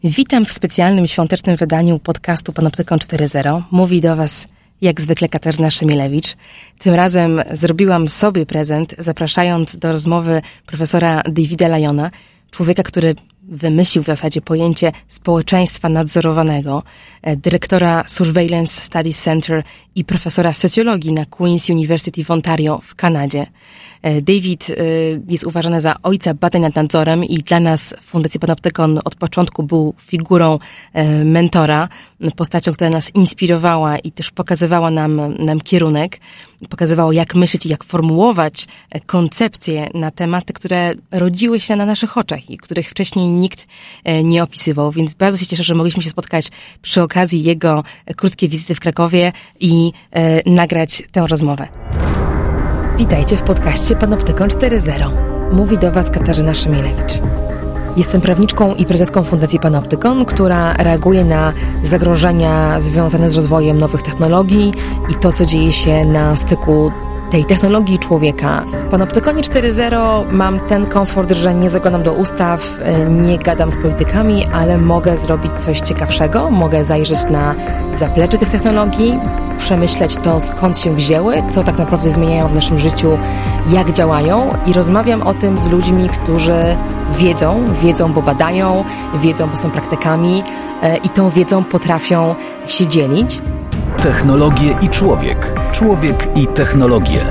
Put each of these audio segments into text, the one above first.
Witam w specjalnym świątecznym wydaniu podcastu Panoptykon 4.0. Mówi do Was jak zwykle Katarzyna Szymielewicz. Tym razem zrobiłam sobie prezent, zapraszając do rozmowy profesora Davida Lyona, człowieka, który wymyślił w zasadzie pojęcie społeczeństwa nadzorowanego, dyrektora Surveillance Studies Center i profesora socjologii na Queen's University w Ontario w Kanadzie. David jest uważany za ojca badań nad nadzorem i dla nas w Fundacji Panoptykon od początku był figurą mentora, postacią, która nas inspirowała i też pokazywała nam kierunek, pokazywała jak myśleć i jak formułować koncepcje na tematy, które rodziły się na naszych oczach i których wcześniej nikt nie opisywał, więc bardzo się cieszę, że mogliśmy się spotkać przy okazji jego krótkiej wizyty w Krakowie i nagrać tę rozmowę. Witajcie w podcaście Panoptykon 4.0. Mówi do Was Katarzyna Szymielewicz. Jestem prawniczką i prezeską Fundacji Panoptykon, która reaguje na zagrożenia związane z rozwojem nowych technologii i to, co dzieje się na styku tej technologii i człowieka. W Panoptykonie 4.0 mam ten komfort, że nie zaglądam do ustaw, nie gadam z politykami, ale mogę zrobić coś ciekawszego, mogę zajrzeć na zaplecze tych technologii, przemyśleć to, skąd się wzięły, co tak naprawdę zmieniają w naszym życiu, jak działają i rozmawiam o tym z ludźmi, którzy wiedzą, bo badają, wiedzą, bo są praktykami i tą wiedzą potrafią się dzielić. Technologie i człowiek. Człowiek i technologie.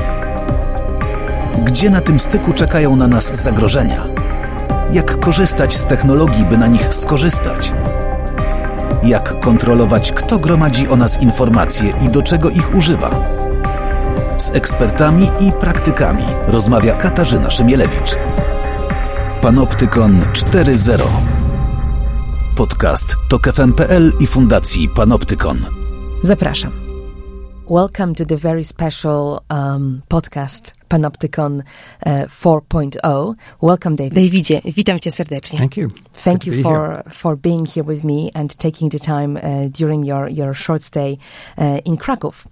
Gdzie na tym styku czekają na nas zagrożenia? Jak korzystać z technologii, by na nich skorzystać? Jak kontrolować, kto gromadzi o nas informacje i do czego ich używa? Z ekspertami i praktykami rozmawia Katarzyna Szymielewicz. Panoptykon 4.0. Podcast TOK FM.pl i Fundacji Panoptykon. Zapraszam. Welcome to the very special podcast Panoptykon 4.0. Welcome, David. Davidzie, witam Cię serdecznie. Thank you for being here with me and taking the time during your short stay in Kraków.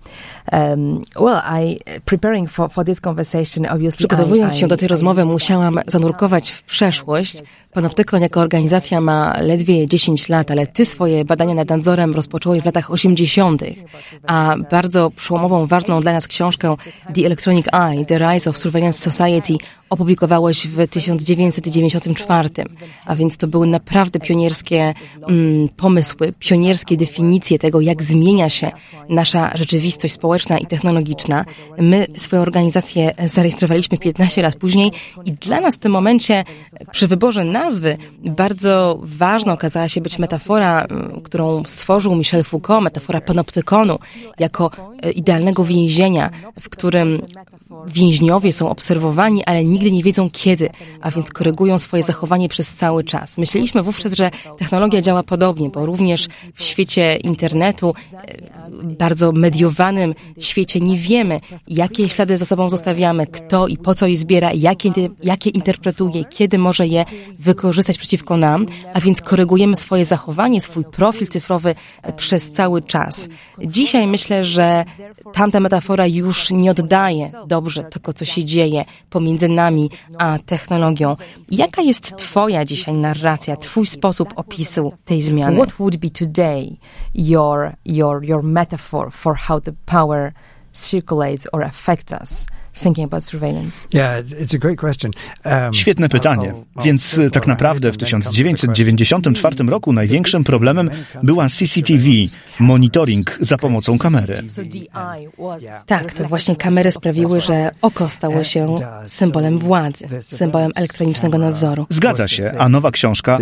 Preparing for this conversation, obviously. Przygotowując się do tej rozmowy, musiałam zanurkować w przeszłość. Panoptykon jako organizacja ma ledwie 10 lat, ale Ty swoje badania nad nadzorem rozpocząłeś w latach 80., a bardzo przełomową, ważną dla nas książkę The Electronic Eye, The Rise of Surveillance Society opublikowałeś w 1994, a więc to były naprawdę pionierskie pomysły, pionierskie definicje tego, jak zmienia się nasza rzeczywistość społeczna i technologiczna. My swoją organizację zarejestrowaliśmy 15 lat później i dla nas w tym momencie przy wyborze nazwy bardzo ważna okazała się być metafora, którą stworzył Michel Foucault, metafora panoptykonu, jako idealnego więzienia, w którym więźniowie są obserwowani, ale nigdy nie wiedzą kiedy, a więc korygują swoje zachowanie przez cały czas. Myśleliśmy wówczas, że technologia działa podobnie, bo również w świecie internetu, bardzo mediowanym świecie nie wiemy, jakie ślady za sobą zostawiamy, kto i po co je zbiera, jakie interpretuje, kiedy może je wykorzystać przeciwko nam, a więc korygujemy swoje zachowanie, swój profil cyfrowy przez cały czas. Dzisiaj myślę, że tamta metafora już nie oddaje dobrze tego, co się dzieje pomiędzy nami a technologią. Jaka jest Twoja dzisiaj narracja, Twój sposób opisu tej zmiany? What would be today your metaphor for how the power circulates or affects us? Thinking about surveillance. Yeah, it's a great question. Świetne pytanie. Więc tak naprawdę w 1994 roku największym problemem była CCTV, monitoring za pomocą kamery. Tak, to właśnie kamery sprawiły, że oko stało się symbolem władzy, symbolem elektronicznego nadzoru. Zgadza się, a nowa książka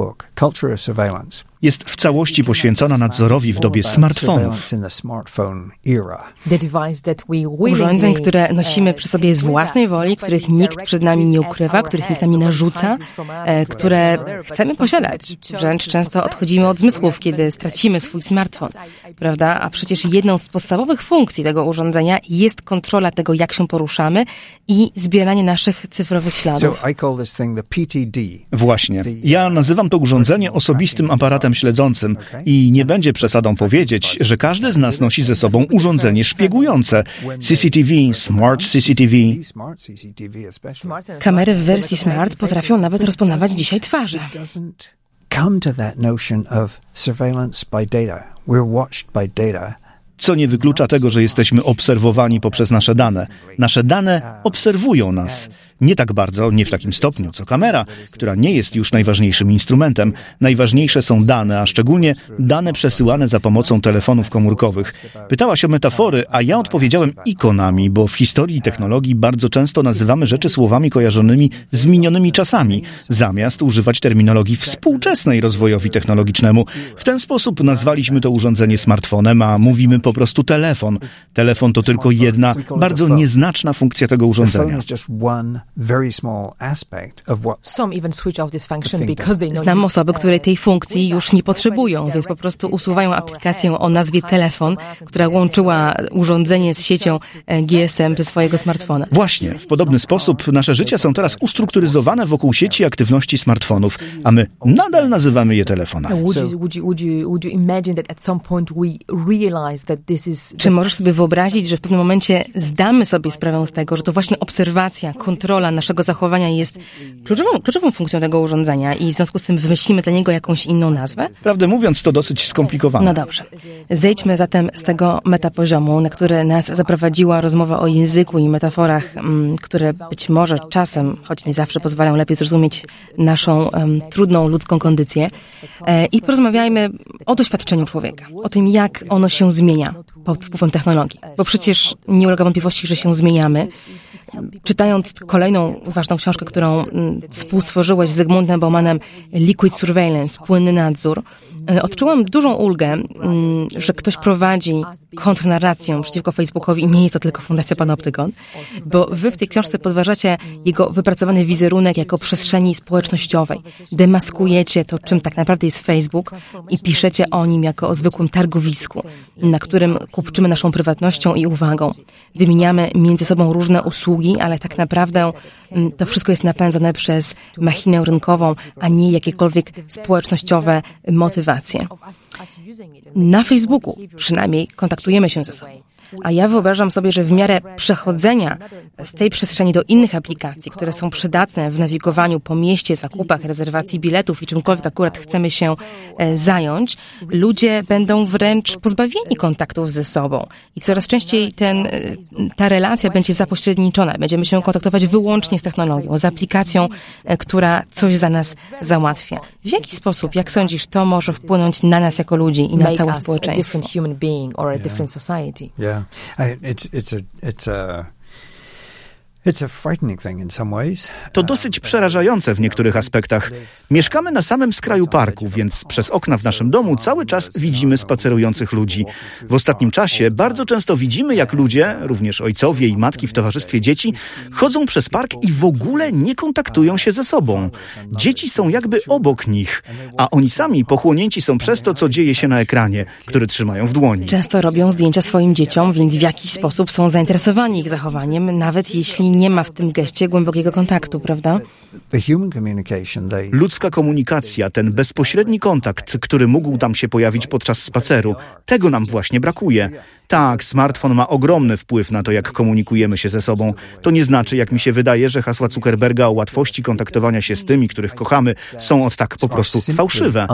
jest w całości poświęcona nadzorowi w dobie smartfonów. Urządzeń, które nosimy przy sobie z własnej woli, których nikt przed nami nie ukrywa, których nikt nam nie narzuca, które chcemy posiadać. Wręcz często odchodzimy od zmysłów, kiedy stracimy swój smartfon, prawda? A przecież jedną z podstawowych funkcji tego urządzenia jest kontrola tego, jak się poruszamy i zbieranie naszych cyfrowych śladów. Właśnie. Ja nazywam to urządzenie osobistym aparatem śledzącym i nie będzie przesadą powiedzieć, że każdy z nas nosi ze sobą urządzenie szpiegujące. CCTV, Smart CCTV. Kamery w wersji Smart potrafią nawet rozpoznawać dzisiaj twarze. come to that notion of surveillance by data. We're watched by data. Co nie wyklucza tego, że jesteśmy obserwowani poprzez nasze dane. Nasze dane obserwują nas. Nie tak bardzo, nie w takim stopniu, co kamera, która nie jest już najważniejszym instrumentem. Najważniejsze są dane, a szczególnie dane przesyłane za pomocą telefonów komórkowych. Pytałaś o metafory, a ja odpowiedziałem ikonami, bo w historii technologii bardzo często nazywamy rzeczy słowami kojarzonymi z minionymi czasami, zamiast używać terminologii współczesnej rozwojowi technologicznemu. W ten sposób nazwaliśmy to urządzenie smartfonem, a mówimy po prostu telefon. Telefon to tylko jedna, bardzo nieznaczna funkcja tego urządzenia. Znam osoby, które tej funkcji już nie potrzebują, więc po prostu usuwają aplikację o nazwie telefon, która łączyła urządzenie z siecią GSM ze swojego smartfona. Właśnie, w podobny sposób nasze życia są teraz ustrukturyzowane wokół sieci aktywności smartfonów, a my nadal nazywamy je telefonami. Czy możesz sobie wyobrazić, że w pewnym momencie zdamy sobie sprawę z tego, że to właśnie obserwacja, kontrola naszego zachowania jest kluczową funkcją tego urządzenia i w związku z tym wymyślimy dla niego jakąś inną nazwę? Prawdę mówiąc, to dosyć skomplikowane. No dobrze. Zejdźmy zatem z tego metapoziomu, na który nas zaprowadziła rozmowa o języku i metaforach, które być może czasem, choć nie zawsze pozwalają lepiej zrozumieć naszą trudną ludzką kondycję. I porozmawiajmy o doświadczeniu człowieka, o tym, jak ono się zmienia pod wpływem technologii. Bo przecież nie ulega wątpliwości, że się zmieniamy. Czytając kolejną ważną książkę, którą współstworzyłeś z Zygmuntem Baumanem, Liquid Surveillance, płynny nadzór, odczułam dużą ulgę, że ktoś prowadzi kontrnarrację przeciwko Facebookowi i nie jest to tylko Fundacja Panoptykon, bo wy w tej książce podważacie jego wypracowany wizerunek jako przestrzeni społecznościowej. Demaskujecie to, czym tak naprawdę jest Facebook i piszecie o nim jako o zwykłym targowisku, na którym kupczymy naszą prywatnością i uwagą. Wymieniamy między sobą różne usługi, ale tak naprawdę to wszystko jest napędzane przez machinę rynkową, a nie jakiekolwiek społecznościowe motywacje. Na Facebooku przynajmniej kontaktujemy się ze sobą. A ja wyobrażam sobie, że w miarę przechodzenia z tej przestrzeni do innych aplikacji, które są przydatne w nawigowaniu po mieście, zakupach, rezerwacji biletów i czymkolwiek akurat chcemy się zająć, ludzie będą wręcz pozbawieni kontaktów ze sobą. I coraz częściej ta relacja będzie zapośredniczona. Będziemy się kontaktować wyłącznie z technologią, z aplikacją, która coś za nas załatwia. W jaki sposób, jak sądzisz, to może wpłynąć na nas jako ludzi i na całe społeczeństwo? To dosyć przerażające w niektórych aspektach. Mieszkamy na samym skraju parku, więc przez okna w naszym domu cały czas widzimy spacerujących ludzi. W ostatnim czasie bardzo często widzimy, jak ludzie, również ojcowie i matki w towarzystwie dzieci, chodzą przez park i w ogóle nie kontaktują się ze sobą. Dzieci są jakby obok nich, a oni sami pochłonięci są przez to, co dzieje się na ekranie, który trzymają w dłoni. Często robią zdjęcia swoim dzieciom, więc w jakiś sposób są zainteresowani ich zachowaniem, nawet jeśli nie ma w tym geście głębokiego kontaktu, prawda? Ludzka komunikacja, ten bezpośredni kontakt, który mógł tam się pojawić podczas spaceru, tego nam właśnie brakuje. Tak, smartfon ma ogromny wpływ na to, jak komunikujemy się ze sobą. To nie znaczy, jak mi się wydaje, że hasła Zuckerberga o łatwości kontaktowania się z tymi, których kochamy, są od tak po prostu fałszywe.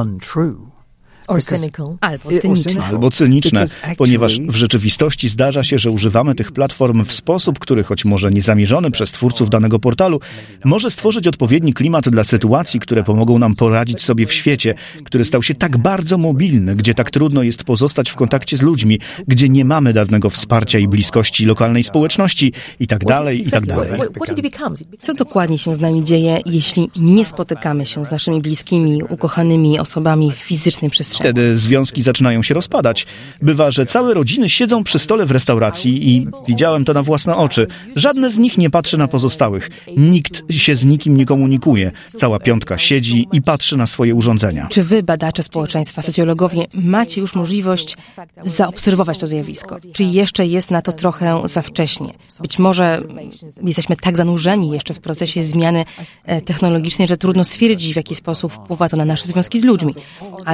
Albo cyniczne, ponieważ w rzeczywistości zdarza się, że używamy tych platform w sposób, który, choć może niezamierzony przez twórców danego portalu, może stworzyć odpowiedni klimat dla sytuacji, które pomogą nam poradzić sobie w świecie, który stał się tak bardzo mobilny, gdzie tak trudno jest pozostać w kontakcie z ludźmi, gdzie nie mamy dawnego wsparcia i bliskości lokalnej społeczności i tak dalej, i tak dalej. Co dokładnie się z nami dzieje, jeśli nie spotykamy się z naszymi bliskimi, ukochanymi osobami w fizycznej przestrzeni? Wtedy związki zaczynają się rozpadać. Bywa, że całe rodziny siedzą przy stole w restauracji i widziałem to na własne oczy. Żadne z nich nie patrzy na pozostałych. Nikt się z nikim nie komunikuje. Cała piątka siedzi i patrzy na swoje urządzenia. Czy wy, badacze społeczeństwa, socjologowie, macie już możliwość zaobserwować to zjawisko? Czy jeszcze jest na to trochę za wcześnie? Być może jesteśmy tak zanurzeni jeszcze w procesie zmiany technologicznej, że trudno stwierdzić, w jaki sposób wpływa to na nasze związki z ludźmi. Ale może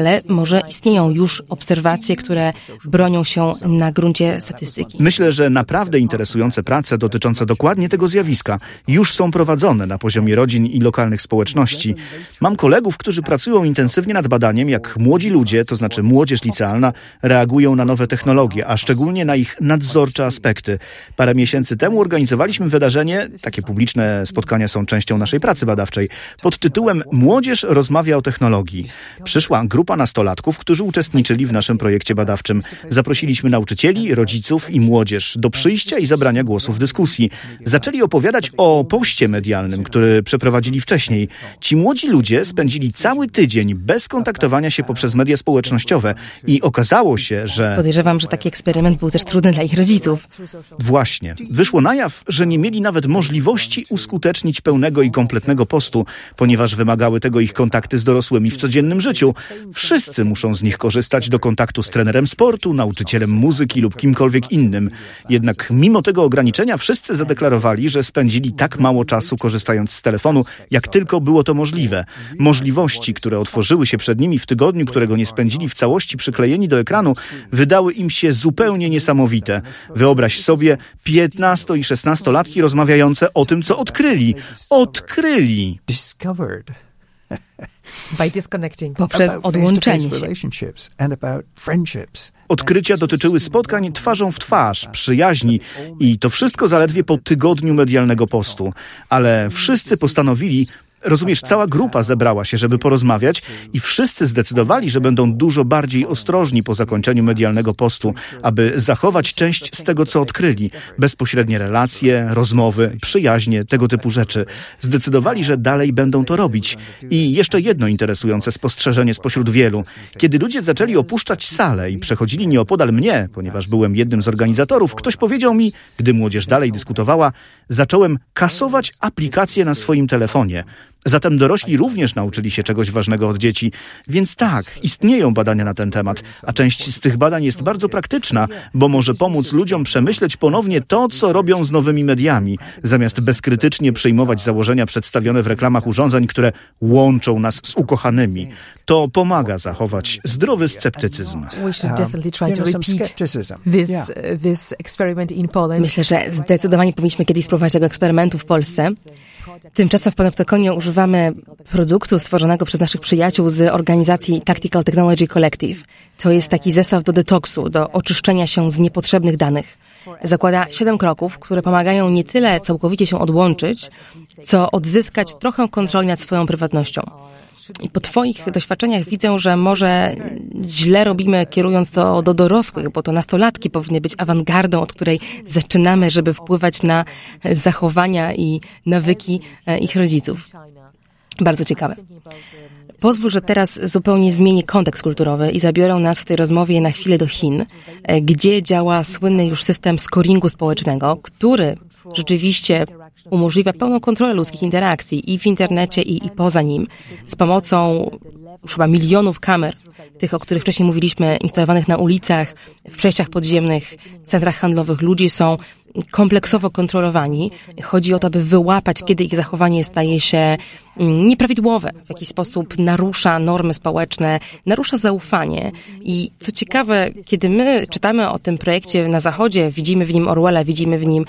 może istnieją już obserwacje, które bronią się na gruncie statystyki? Myślę, że naprawdę interesujące prace dotyczące dokładnie tego zjawiska już są prowadzone na poziomie rodzin i lokalnych społeczności. Mam kolegów, którzy pracują intensywnie nad badaniem, jak młodzi ludzie, to znaczy młodzież licealna, reagują na nowe technologie, a szczególnie na ich nadzorcze aspekty. Parę miesięcy temu organizowaliśmy wydarzenie, takie publiczne spotkania są częścią naszej pracy badawczej, pod tytułem Młodzież rozmawia o technologii. Przyszła grupa nastolatków, którzy uczestniczyli w naszym projekcie badawczym. Zaprosiliśmy nauczycieli, rodziców i młodzież do przyjścia i zabrania głosu w dyskusji. Zaczęli opowiadać o poście medialnym, który przeprowadzili wcześniej. Ci młodzi ludzie spędzili cały tydzień bez kontaktowania się poprzez media społecznościowe i okazało się, że... Podejrzewam, że taki eksperyment był też trudny dla ich rodziców. Właśnie. Wyszło na jaw, że nie mieli nawet możliwości uskutecznić pełnego i kompletnego postu, ponieważ wymagały tego ich kontakty z dorosłymi w codziennym życiu. Wszyscy muszą z nich korzystać do kontaktu z trenerem sportu, nauczycielem muzyki lub kimkolwiek innym. Jednak mimo tego ograniczenia wszyscy zadeklarowali, że spędzili tak mało czasu korzystając z telefonu, jak tylko było to możliwe. Możliwości, które otworzyły się przed nimi w tygodniu, którego nie spędzili w całości przyklejeni do ekranu, wydały im się zupełnie niesamowite. Wyobraź sobie 15- i 16-latki rozmawiające o tym, co odkryli. Odkryli! Discovered. By disconnecting. Poprzez odłączenie się. Odkrycia dotyczyły spotkań twarzą w twarz, przyjaźni i to wszystko zaledwie po tygodniu medialnego postu. Ale wszyscy postanowili, rozumiesz, cała grupa zebrała się, żeby porozmawiać i wszyscy zdecydowali, że będą dużo bardziej ostrożni po zakończeniu medialnego postu, aby zachować część z tego, co odkryli. Bezpośrednie relacje, rozmowy, przyjaźnie, tego typu rzeczy. Zdecydowali, że dalej będą to robić. I jeszcze jedno interesujące spostrzeżenie spośród wielu. Kiedy ludzie zaczęli opuszczać salę i przechodzili nieopodal mnie, ponieważ byłem jednym z organizatorów, ktoś powiedział mi, gdy młodzież dalej dyskutowała, zacząłem kasować aplikacje na swoim telefonie. Zatem dorośli również nauczyli się czegoś ważnego od dzieci. Więc tak, istnieją badania na ten temat, a część z tych badań jest bardzo praktyczna, bo może pomóc ludziom przemyśleć ponownie to, co robią z nowymi mediami, zamiast bezkrytycznie przyjmować założenia przedstawione w reklamach urządzeń, które łączą nas z ukochanymi. To pomaga zachować zdrowy sceptycyzm. We should definitely try to repeat this experiment in Poland. Myślę, że zdecydowanie powinniśmy kiedyś spróbować tego eksperymentu w Polsce. Tymczasem w Panoptykonie używamy produktu stworzonego przez naszych przyjaciół z organizacji Tactical Technology Collective. To jest taki zestaw do detoksu, do oczyszczenia się z niepotrzebnych danych. Zakłada 7 kroków, które pomagają nie tyle całkowicie się odłączyć, co odzyskać trochę kontroli nad swoją prywatnością. I po twoich doświadczeniach widzę, że może źle robimy, kierując to do dorosłych, bo to nastolatki powinny być awangardą, od której zaczynamy, żeby wpływać na zachowania i nawyki ich rodziców. Bardzo ciekawe. Pozwól, że teraz zupełnie zmienię kontekst kulturowy i zabiorę nas w tej rozmowie na chwilę do Chin, gdzie działa słynny już system scoringu społecznego, który rzeczywiście umożliwia pełną kontrolę ludzkich interakcji i w internecie, i poza nim, z pomocą już chyba milionów kamer, tych, o których wcześniej mówiliśmy, instalowanych na ulicach, w przejściach podziemnych, centrach handlowych. Ludzie są kompleksowo kontrolowani. Chodzi o to, aby wyłapać, kiedy ich zachowanie staje się nieprawidłowe, w jakiś sposób narusza normy społeczne, narusza zaufanie. I co ciekawe, kiedy my czytamy o tym projekcie na Zachodzie, widzimy w nim Orwella, widzimy w nim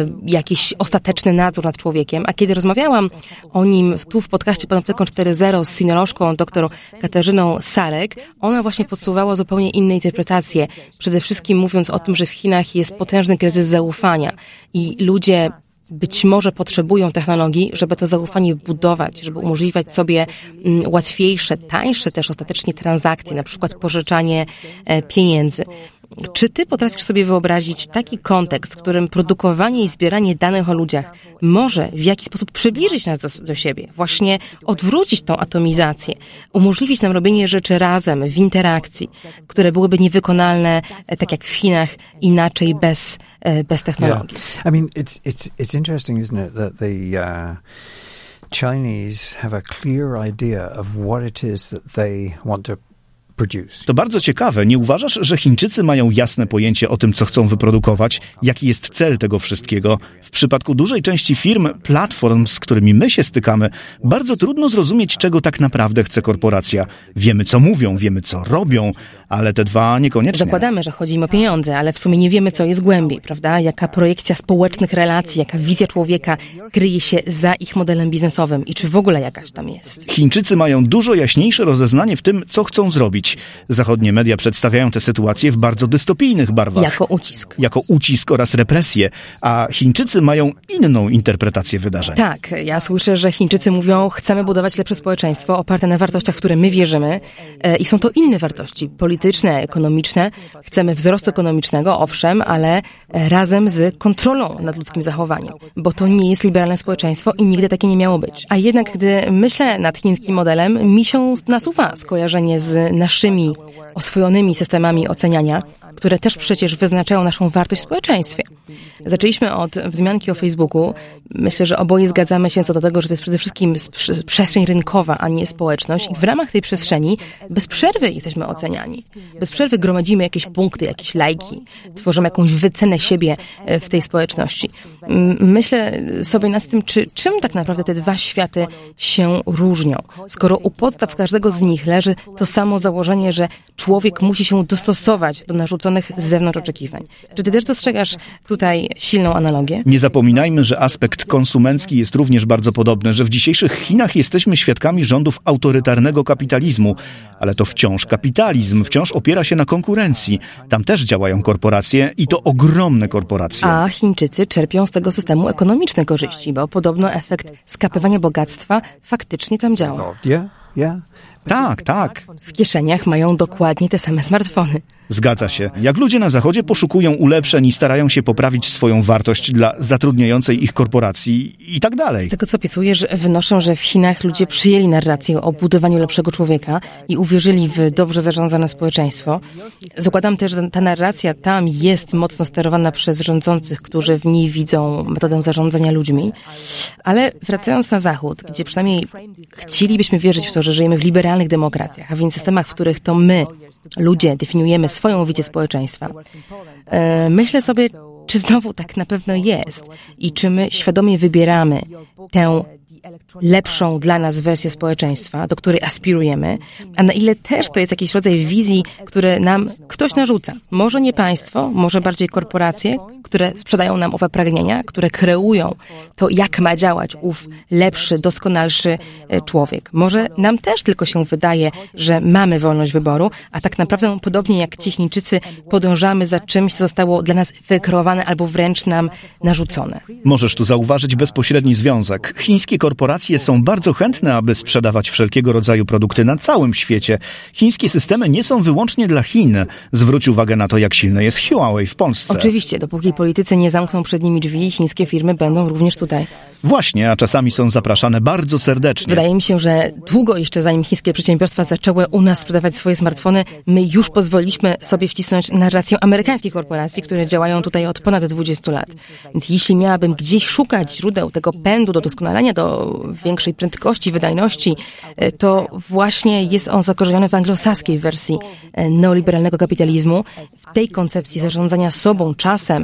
jakiś ostateczny nadzór nad człowiekiem, a kiedy rozmawiałam o nim tu w podcaście Panoptyką 4.0 z sinolożką dr Katarzyną Sarek, ona właśnie podsuwała zupełnie inne interpretacje. Przede wszystkim mówiąc o tym, że w Chinach jest potężny kryzys zaufania i ludzie być może potrzebują technologii, żeby to zaufanie budować, żeby umożliwiać sobie łatwiejsze, tańsze też ostatecznie transakcje, na przykład pożyczanie pieniędzy. Czy ty potrafisz sobie wyobrazić taki kontekst, w którym produkowanie i zbieranie danych o ludziach może w jakiś sposób przybliżyć nas do siebie, właśnie odwrócić tą atomizację, umożliwić nam robienie rzeczy razem, w interakcji, które byłyby niewykonalne, tak jak w Chinach, inaczej bez technologii? Yeah. I mean, it's interesting, isn't it, that the Chinese have a clear idea of what it is that they want to To bardzo ciekawe. Nie uważasz, że Chińczycy mają jasne pojęcie o tym, co chcą wyprodukować? Jaki jest cel tego wszystkiego? W przypadku dużej części firm, platform, z którymi my się stykamy, bardzo trudno zrozumieć, czego tak naprawdę chce korporacja. Wiemy, co mówią, wiemy, co robią, ale te dwa niekoniecznie. Zakładamy, że chodzi im o pieniądze, ale w sumie nie wiemy, co jest głębiej, prawda? Jaka projekcja społecznych relacji, jaka wizja człowieka kryje się za ich modelem biznesowym i czy w ogóle jakaś tam jest. Chińczycy mają dużo jaśniejsze rozeznanie w tym, co chcą zrobić. Zachodnie media przedstawiają tę sytuację w bardzo dystopijnych barwach. Jako ucisk oraz represję, a Chińczycy mają inną interpretację wydarzeń. Tak, ja słyszę, że Chińczycy mówią, chcemy budować lepsze społeczeństwo oparte na wartościach, w które my wierzymy i są to inne wartości, polityczne, ekonomiczne. Chcemy wzrostu ekonomicznego, owszem, ale razem z kontrolą nad ludzkim zachowaniem, bo to nie jest liberalne społeczeństwo i nigdy takie nie miało być. A jednak, gdy myślę nad chińskim modelem, mi się nasuwa skojarzenie z naszymi oswojonymi systemami oceniania, które też przecież wyznaczają naszą wartość w społeczeństwie. Zaczęliśmy od wzmianki o Facebooku. Myślę, że oboje zgadzamy się co do tego, że to jest przede wszystkim przestrzeń rynkowa, a nie społeczność. I w ramach tej przestrzeni bez przerwy jesteśmy oceniani. Bez przerwy gromadzimy jakieś punkty, jakieś lajki. Tworzymy jakąś wycenę siebie w tej społeczności. Myślę sobie nad tym, czym tak naprawdę te dwa światy się różnią. Skoro u podstaw każdego z nich leży to samo założenie, że człowiek musi się dostosować do narzuconych z zewnątrz oczekiwań. Czy ty też dostrzegasz tutaj silną analogię? Nie zapominajmy, że aspekt konsumencki jest również bardzo podobny, że w dzisiejszych Chinach jesteśmy świadkami rządów autorytarnego kapitalizmu, ale to wciąż kapitalizm, wciąż opiera się na konkurencji. Tam też działają korporacje i to ogromne korporacje. A Chińczycy czerpią z tego systemu ekonomiczne korzyści, bo podobno efekt skapywania bogactwa faktycznie tam działa. Tak. W kieszeniach mają dokładnie te same smartfony. Zgadza się. Jak ludzie na Zachodzie poszukują ulepszeń i starają się poprawić swoją wartość dla zatrudniającej ich korporacji i tak dalej. Z tego, co opisujesz, wynoszą, że w Chinach ludzie przyjęli narrację o budowaniu lepszego człowieka i uwierzyli w dobrze zarządzane społeczeństwo. Zakładam też, że ta narracja tam jest mocno sterowana przez rządzących, którzy w niej widzą metodę zarządzania ludźmi. Ale wracając na Zachód, gdzie przynajmniej chcielibyśmy wierzyć w to, że żyjemy w liberalnych demokracjach, a więc systemach, w których to my, ludzie, definiujemy swoją wizję społeczeństwa. Myślę sobie, czy znowu tak na pewno jest i czy my świadomie wybieramy tę lepszą dla nas wersję społeczeństwa, do której aspirujemy, a na ile też to jest jakiś rodzaj wizji, który nam ktoś narzuca. Może nie państwo, może bardziej korporacje, które sprzedają nam owe pragnienia, które kreują to, jak ma działać ów lepszy, doskonalszy człowiek. Może nam też tylko się wydaje, że mamy wolność wyboru, a tak naprawdę podobnie jak ci Chińczycy podążamy za czymś, co zostało dla nas wykreowane albo wręcz nam narzucone. Możesz tu zauważyć bezpośredni związek. Chińskie korporacje są bardzo chętne, aby sprzedawać wszelkiego rodzaju produkty na całym świecie. Chińskie systemy nie są wyłącznie dla Chin. Zwróć uwagę na to, jak silne jest Huawei w Polsce. Oczywiście, dopóki politycy nie zamkną przed nimi drzwi, chińskie firmy będą również tutaj. Właśnie, a czasami są zapraszane bardzo serdecznie. Wydaje mi się, że długo jeszcze zanim chińskie przedsiębiorstwa zaczęły u nas sprzedawać swoje smartfony, my już pozwoliliśmy sobie wcisnąć narrację amerykańskich korporacji, które działają tutaj od ponad 20 lat. Więc jeśli miałabym gdzieś szukać źródeł tego pędu do doskonalenia, do większej prędkości, wydajności, to właśnie jest on zakorzeniony w anglosaskiej wersji neoliberalnego kapitalizmu, w tej koncepcji zarządzania sobą, czasem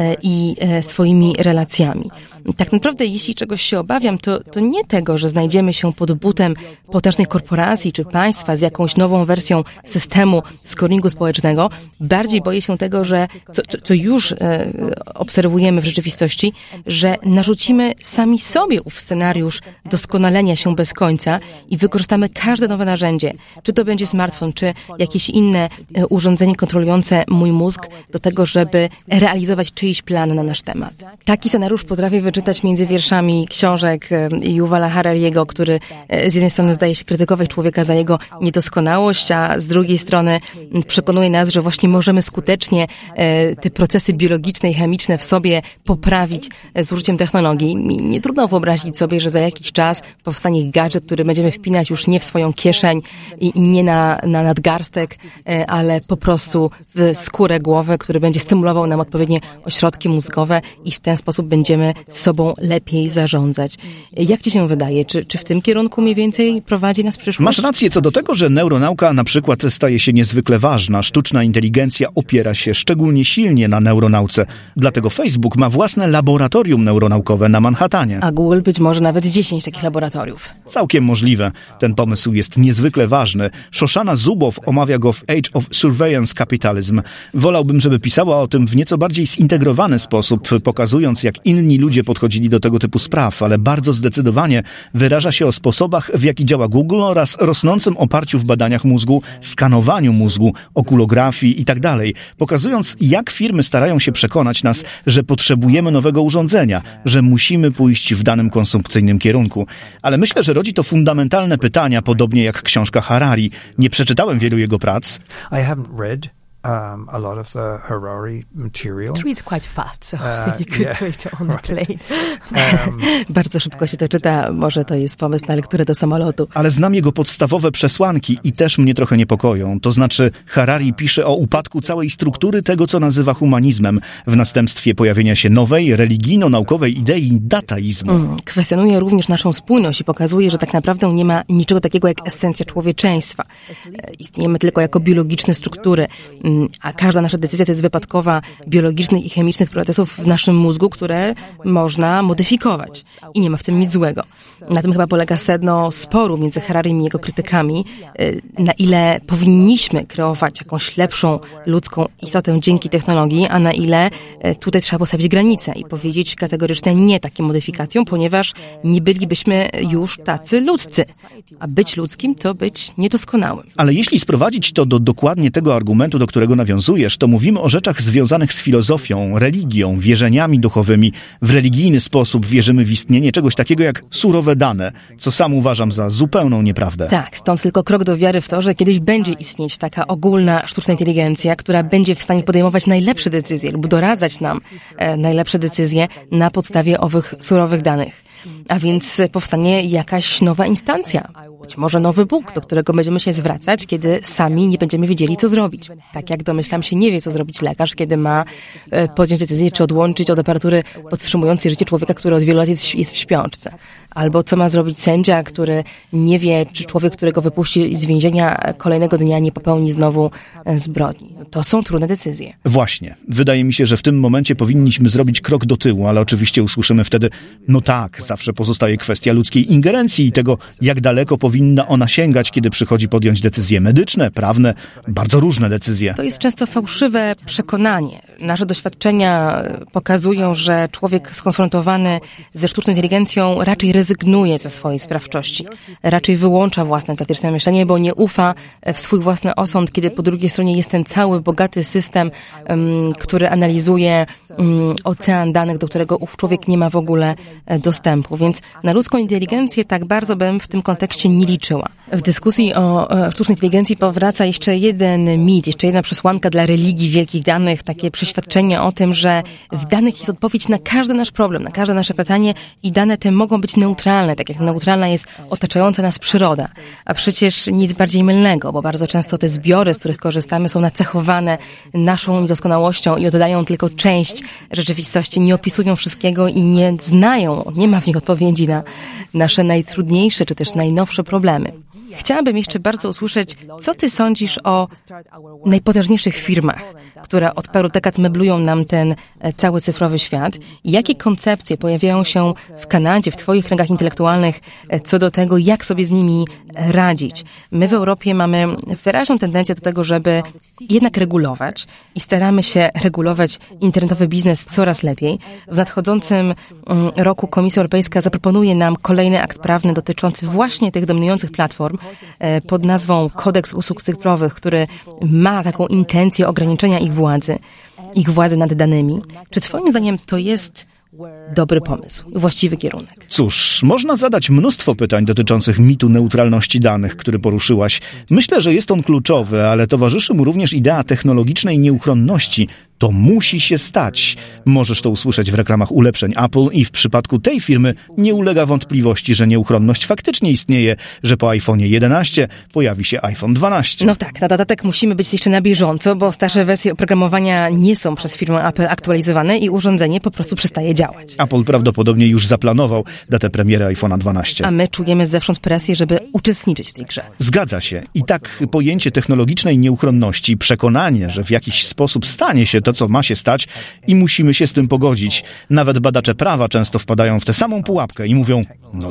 i swoimi relacjami. Tak naprawdę, jeśli czegoś się obawiam, to nie tego, że znajdziemy się pod butem potężnej korporacji czy państwa z jakąś nową wersją systemu scoringu społecznego. Bardziej boję się tego, że co już obserwujemy w rzeczywistości, że narzucimy sami sobie ów scenariusz doskonalenia się bez końca i wykorzystamy każde nowe narzędzie, czy to będzie smartfon, czy jakieś inne urządzenie kontrolujące mój mózg do tego, żeby realizować czyjś plan na nasz temat. Taki scenariusz potrafię wyczytać między wierszami książek Yuvala Harariego, który z jednej strony zdaje się krytykować człowieka za jego niedoskonałość, a z drugiej strony przekonuje nas, że właśnie możemy skutecznie te procesy biologiczne i chemiczne w sobie poprawić z użyciem technologii. Nie trudno wyobrazić sobie, że za jakiś czas powstanie gadżet, który będziemy wpinać już nie w swoją kieszeń i nie na nadgarstek, ale po prostu w skórę głowy, który będzie stymulował nam odpowiednie ośrodki mózgowe i w ten sposób będziemy sobą lepiej zarządzać. Jak ci się wydaje? Czy w tym kierunku mniej więcej prowadzi nas przyszłość? Masz rację co do tego, że neuronauka na przykład staje się niezwykle ważna. Sztuczna inteligencja opiera się szczególnie silnie na neuronauce. Dlatego Facebook ma własne laboratorium neuronaukowe na Manhattanie. A Google być może nawet 10 takich laboratoriów. Całkiem możliwe. Ten pomysł jest niezwykle ważny. Shoshana Zuboff omawia go w Age of Surveillance Capitalism. Wolałbym, żeby pisała o tym w nieco bardziej zintegrowany sposób, pokazując, jak inni ludzie podchodzili do tego typu spraw, ale bardzo zdecydowanie wyraża się o sposobach, w jaki działa Google oraz rosnącym oparciu w badaniach mózgu, skanowaniu mózgu, okulografii itd., pokazując, jak firmy starają się przekonać nas, że potrzebujemy nowego urządzenia, że musimy pójść w danym konsumpcyjnym kierunku. Ale myślę, że rodzi to fundamentalne pytania, podobnie jak książka Harari. Nie przeczytałem wielu jego prac. I haven't read a lot of the Harari material. It reads quite fast, so you could do it on the plane. Bardzo szybko się to czyta, może to jest pomysł na lekturę do samolotu. Ale znam jego podstawowe przesłanki i też mnie trochę niepokoją. To znaczy, Harari pisze o upadku całej struktury tego, co nazywa humanizmem, w następstwie pojawienia się nowej, religijno-naukowej idei dataizmu. Kwestionuje również naszą spójność i pokazuje, że tak naprawdę nie ma niczego takiego jak esencja człowieczeństwa. Istniejemy tylko jako biologiczne struktury, a każda nasza decyzja to jest wypadkowa biologicznych i chemicznych procesów w naszym mózgu, które można modyfikować. I nie ma w tym nic złego. Na tym chyba polega sedno sporu między Hararim i jego krytykami, na ile powinniśmy kreować jakąś lepszą ludzką istotę dzięki technologii, a na ile tutaj trzeba postawić granice i powiedzieć kategorycznie nie takim modyfikacjom, ponieważ nie bylibyśmy już tacy ludzcy. A być ludzkim to być niedoskonałym. Ale jeśli sprowadzić to do dokładnie tego argumentu, do którego nawiązujesz, to mówimy o rzeczach związanych z filozofią, religią, wierzeniami duchowymi. W religijny sposób wierzymy w istnienie czegoś takiego jak surowe dane, co sam uważam za zupełną nieprawdę. Tak, stąd tylko krok do wiary w to, że kiedyś będzie istnieć taka ogólna sztuczna inteligencja, która będzie w stanie podejmować najlepsze decyzje lub doradzać nam najlepsze decyzje na podstawie owych surowych danych. A więc powstanie jakaś nowa instancja. Być może nowy Bóg, do którego będziemy się zwracać, kiedy sami nie będziemy wiedzieli, co zrobić. Tak jak domyślam się, nie wie, co zrobić lekarz, kiedy ma podjąć decyzję, czy odłączyć od aparatury podtrzymującej życie człowieka, który od wielu lat jest w śpiączce. Albo co ma zrobić sędzia, który nie wie, czy człowiek, którego wypuści z więzienia kolejnego dnia, nie popełni znowu zbrodni. To są trudne decyzje. Właśnie. Wydaje mi się, że w tym momencie powinniśmy zrobić krok do tyłu, ale oczywiście usłyszymy wtedy, no tak, zawsze pozostaje kwestia ludzkiej ingerencji i tego, jak daleko powinna ona sięgać, kiedy przychodzi podjąć decyzje medyczne, prawne, bardzo różne decyzje. To jest często fałszywe przekonanie. Nasze doświadczenia pokazują, że człowiek skonfrontowany ze sztuczną inteligencją raczej rezygnuje ze swojej sprawczości. Raczej wyłącza własne krytyczne myślenie, bo nie ufa w swój własny osąd, kiedy po drugiej stronie jest ten cały bogaty system, który analizuje ocean danych, do którego ów człowiek nie ma w ogóle dostępu. Więc na ludzką inteligencję tak bardzo bym w tym kontekście nie liczyła. W dyskusji o sztucznej inteligencji powraca jeszcze jeden mit, jeszcze jedna przesłanka dla religii wielkich danych, takie przeświadczenie o tym, że w danych jest odpowiedź na każdy nasz problem, na każde nasze pytanie i dane te mogą być neutralne, tak jak neutralna jest otaczająca nas przyroda. A przecież nic bardziej mylnego, bo bardzo często te zbiory, z których korzystamy, są nacechowane naszą niedoskonałością i oddają tylko część rzeczywistości, nie opisują wszystkiego i nie znają, nie ma w nich odpowiedzi na nasze najtrudniejsze czy też najnowsze problemy. Chciałabym jeszcze bardzo usłyszeć, co ty sądzisz o najpotężniejszych firmach, które od paru dekad meblują nam ten cały cyfrowy świat i jakie koncepcje pojawiają się w Kanadzie, w twoich kręgach intelektualnych, co do tego, jak sobie z nimi radzić. My w Europie mamy wyraźną tendencję do tego, żeby jednak regulować i staramy się regulować internetowy biznes coraz lepiej. W nadchodzącym roku Komisja Europejska zaproponuje nam kolejny akt prawny dotyczący właśnie tych dominujących platform pod nazwą Kodeks Usług Cyfrowych, który ma taką intencję ograniczenia ich władzy nad danymi. Czy twoim zdaniem to jest dobry pomysł, właściwy kierunek? Cóż, można zadać mnóstwo pytań dotyczących mitu neutralności danych, który poruszyłaś. Myślę, że jest on kluczowy, ale towarzyszy mu również idea technologicznej nieuchronności. To musi się stać. Możesz to usłyszeć w reklamach ulepszeń Apple i w przypadku tej firmy nie ulega wątpliwości, że nieuchronność faktycznie istnieje, że po iPhone'ie 11 pojawi się iPhone 12. No tak, na dodatek musimy być jeszcze na bieżąco, bo starsze wersje oprogramowania nie są przez firmę Apple aktualizowane i urządzenie po prostu przestaje działać. Apple prawdopodobnie już zaplanował datę premiery iPhone'a 12. A my czujemy zewsząd presję, żeby uczestniczyć w tej grze. Zgadza się. I tak pojęcie technologicznej nieuchronności, przekonanie, że w jakiś sposób stanie się to, co ma się stać i musimy się z tym pogodzić. Nawet badacze prawa często wpadają w tę samą pułapkę i mówią, no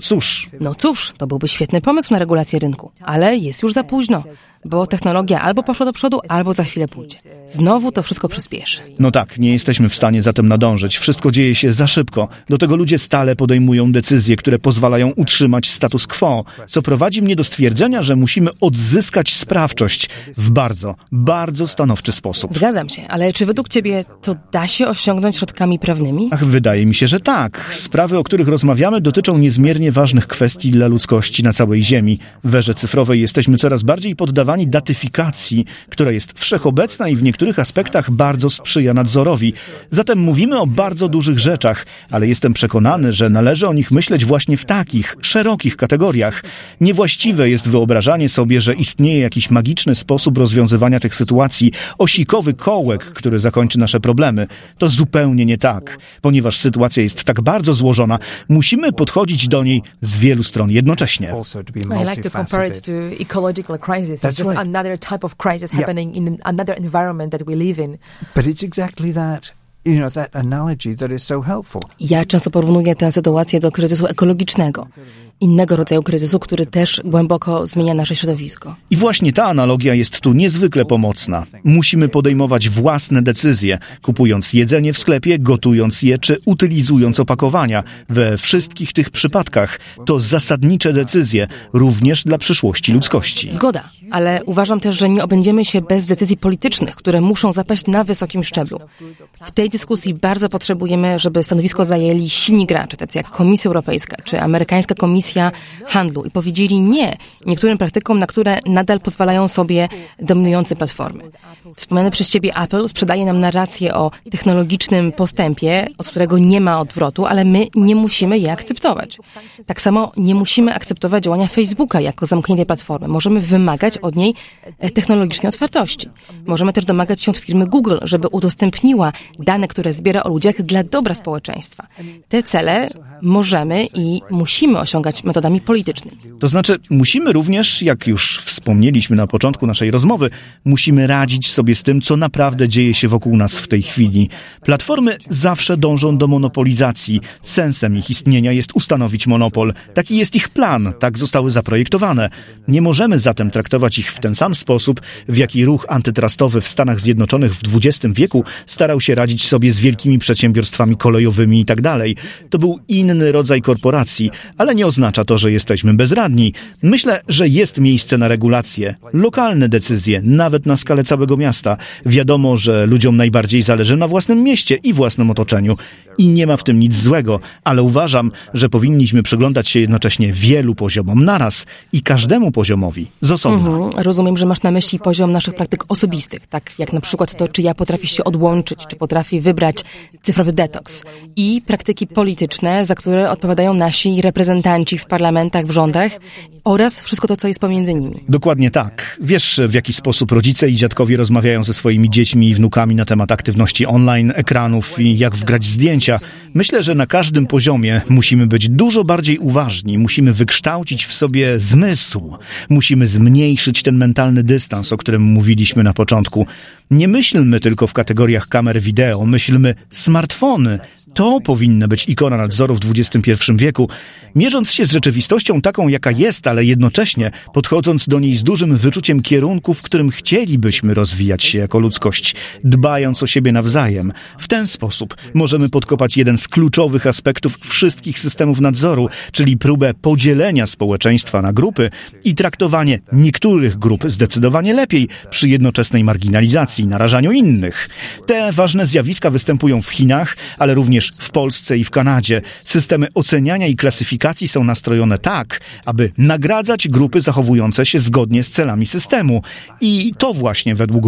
cóż, to byłby świetny pomysł na regulację rynku, ale jest już za późno, bo technologia albo poszła do przodu, albo za chwilę pójdzie. Znowu to wszystko przyspieszy. No tak, nie jesteśmy w stanie za tym nadążyć. Wszystko dzieje się za szybko. Do tego ludzie stale podejmują decyzje, które pozwalają utrzymać status quo, co prowadzi mnie do stwierdzenia, że musimy odzyskać sprawczość w bardzo, bardzo stanowczy sposób. Zgadzam się, ale czy według ciebie to da się osiągnąć środkami prawnymi? Wydaje mi się, że tak. Sprawy, o których rozmawiamy, dotyczą niezmiernie ważnych kwestii dla ludzkości na całej Ziemi. W erze cyfrowej jesteśmy coraz bardziej poddawani datyfikacji, która jest wszechobecna i w niektórych aspektach bardzo sprzyja nadzorowi. Zatem mówimy o bardzo dużych rzeczach, ale jestem przekonany, że należy o nich myśleć właśnie w takich, szerokich kategoriach. Niewłaściwe jest wyobrażanie sobie, że istnieje jakiś magiczny sposób rozwiązywania tych sytuacji, osikowy kołek, który zakończy nasze problemy. To zupełnie nie tak. Ponieważ sytuacja jest tak bardzo złożona, musimy podchodzić do niej z wielu stron jednocześnie. I like to compare it to ecological crisis. It's just another type of crisis happening in another environment that we live in. But it's exactly that. That analogy that is so helpful. Ja często porównuję tę sytuację do kryzysu ekologicznego. Innego rodzaju kryzysu, który też głęboko zmienia nasze środowisko. I właśnie ta analogia jest tu niezwykle pomocna. Musimy podejmować własne decyzje, kupując jedzenie w sklepie, gotując je czy utylizując opakowania. We wszystkich tych przypadkach to zasadnicze decyzje, również dla przyszłości ludzkości. Zgoda, ale uważam też, że nie obędziemy się bez decyzji politycznych, które muszą zapaść na wysokim szczeblu. W tej dyskusji bardzo potrzebujemy, żeby stanowisko zajęli silni gracze, tacy jak Komisja Europejska czy amerykańska Komisja Handlu i powiedzieli nie niektórym praktykom, na które nadal pozwalają sobie dominujące platformy. Wspomniane przez ciebie Apple sprzedaje nam narrację o technologicznym postępie, od którego nie ma odwrotu, ale my nie musimy je akceptować. Tak samo nie musimy akceptować działania Facebooka jako zamkniętej platformy. Możemy wymagać od niej technologicznej otwartości. Możemy też domagać się od firmy Google, żeby udostępniła dane, które zbiera o ludziach dla dobra społeczeństwa. Te cele możemy i musimy osiągać metodami politycznymi. To znaczy, musimy również, jak już wspomnieliśmy na początku naszej rozmowy, musimy radzić sobie z tym, co naprawdę dzieje się wokół nas w tej chwili. Platformy zawsze dążą do monopolizacji. Sensem ich istnienia jest ustanowić monopol. Taki jest ich plan, tak zostały zaprojektowane. Nie możemy zatem traktować ich w ten sam sposób, w jaki ruch antytrustowy w Stanach Zjednoczonych w XX wieku starał się radzić sobie z wielkimi przedsiębiorstwami kolejowymi i tak dalej. To był inny rodzaj korporacji, ale nie oznacza to, że jesteśmy bezradni. Myślę, że jest miejsce na regulacje, lokalne decyzje, nawet na skalę całego miasta. Wiadomo, że ludziom najbardziej zależy na własnym mieście i własnym otoczeniu. I nie ma w tym nic złego, ale uważam, że powinniśmy przyglądać się jednocześnie wielu poziomom naraz i każdemu poziomowi z osobna. Rozumiem, że masz na myśli poziom naszych praktyk osobistych, tak jak na przykład to, czy ja potrafię się odłączyć, czy potrafię wybrać cyfrowy detoks. I praktyki polityczne, za które odpowiadają nasi reprezentanci w parlamentach, w rządach oraz wszystko to, co jest pomiędzy nimi. Dokładnie tak. Wiesz, w jaki sposób rodzice i dziadkowie rozmawiają ze swoimi dziećmi i wnukami na temat aktywności online, ekranów i jak wgrać zdjęcia. Myślę, że na każdym poziomie musimy być dużo bardziej uważni, musimy wykształcić w sobie zmysł, musimy zmniejszyć ten mentalny dystans, o którym mówiliśmy na początku. Nie myślmy tylko w kategoriach kamer wideo, myślmy smartfony. To powinna być ikona nadzoru w XXI wieku, mierząc się z rzeczywistością taką, jaka jest, ale jednocześnie podchodząc do niej z dużym wyczuciem kierunku, w którym chcielibyśmy rozwijać się jako ludzkość, dbając o siebie nawzajem. W ten sposób możemy podkopać jeden z kluczowych aspektów wszystkich systemów nadzoru, czyli próbę podzielenia społeczeństwa na grupy i traktowanie niektórych grup zdecydowanie lepiej przy jednoczesnej marginalizacji i narażaniu innych. Te ważne zjawiska występują w Chinach, ale również w Polsce i w Kanadzie. Systemy oceniania i klasyfikacji są nastrojone tak, aby nagradzać grupy zachowujące się zgodnie z celami systemu. I to właśnie według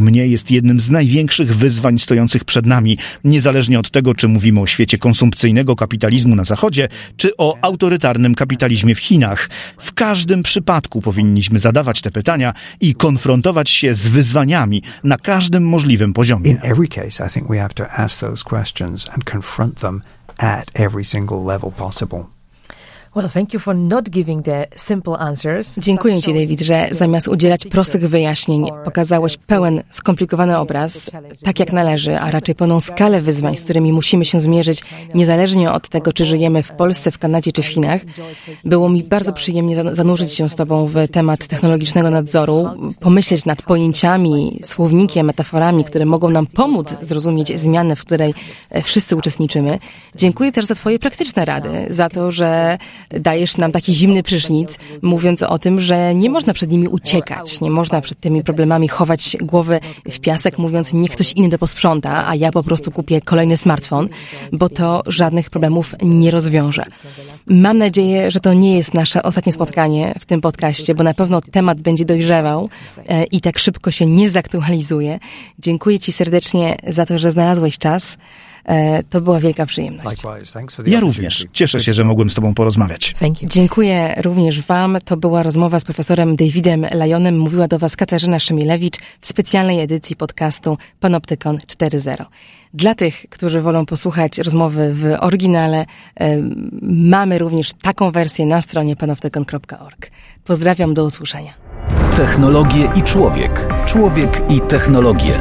mnie jest jednym z największych wyzwań stojących przed nami, niezależnie od tego, czy mówimy o świecie konsumpcyjnego kapitalizmu na Zachodzie, czy o autorytarnym kapitalizmie w Chinach. W każdym przypadku powinniśmy zadawać te pytania i konfrontować się z wyzwaniami na każdym możliwym poziomie. In every case, I think we have to ask those questions and confront them at every single level possible. Well, thank you for not giving the simple answers. Dziękuję Ci, David, że zamiast udzielać prostych wyjaśnień, pokazałeś pełen, skomplikowany obraz, tak jak należy, a raczej pełną skalę wyzwań, z którymi musimy się zmierzyć, niezależnie od tego, czy żyjemy w Polsce, w Kanadzie czy w Chinach. Było mi bardzo przyjemnie zanurzyć się z Tobą w temat technologicznego nadzoru, pomyśleć nad pojęciami, słownikiem, metaforami, które mogą nam pomóc zrozumieć zmianę, w której wszyscy uczestniczymy. Dziękuję też za Twoje praktyczne rady, za to, że dajesz nam taki zimny prysznic, mówiąc o tym, że nie można przed nimi uciekać, nie można przed tymi problemami chować głowy w piasek, mówiąc, niech ktoś inny to posprząta, a ja po prostu kupię kolejny smartfon, bo to żadnych problemów nie rozwiąże. Mam nadzieję, że to nie jest nasze ostatnie spotkanie w tym podcaście, bo na pewno temat będzie dojrzewał i tak szybko się nie zaktualizuje. Dziękuję Ci serdecznie za to, że znalazłeś czas. To była wielka przyjemność. Ja również. Cieszę się, że mogłem z Tobą porozmawiać. Dziękuję również Wam. To była rozmowa z profesorem Davidem Lajonem. Mówiła do Was Katarzyna Szymielewicz w specjalnej edycji podcastu Panoptykon 4.0. Dla tych, którzy wolą posłuchać rozmowy w oryginale, mamy również taką wersję na stronie panoptykon.org. Pozdrawiam, do usłyszenia. Technologie i człowiek. Człowiek i technologie.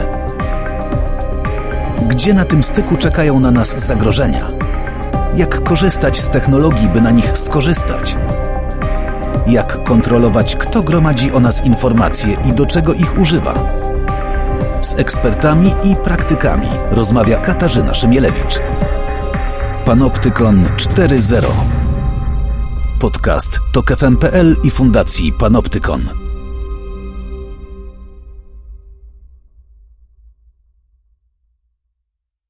Gdzie na tym styku czekają na nas zagrożenia? Jak korzystać z technologii, by na nich skorzystać? Jak kontrolować, kto gromadzi o nas informacje i do czego ich używa? Z ekspertami i praktykami rozmawia Katarzyna Szymielewicz. Panoptykon 4.0. Podcast TOK FM.pl i Fundacji Panoptykon.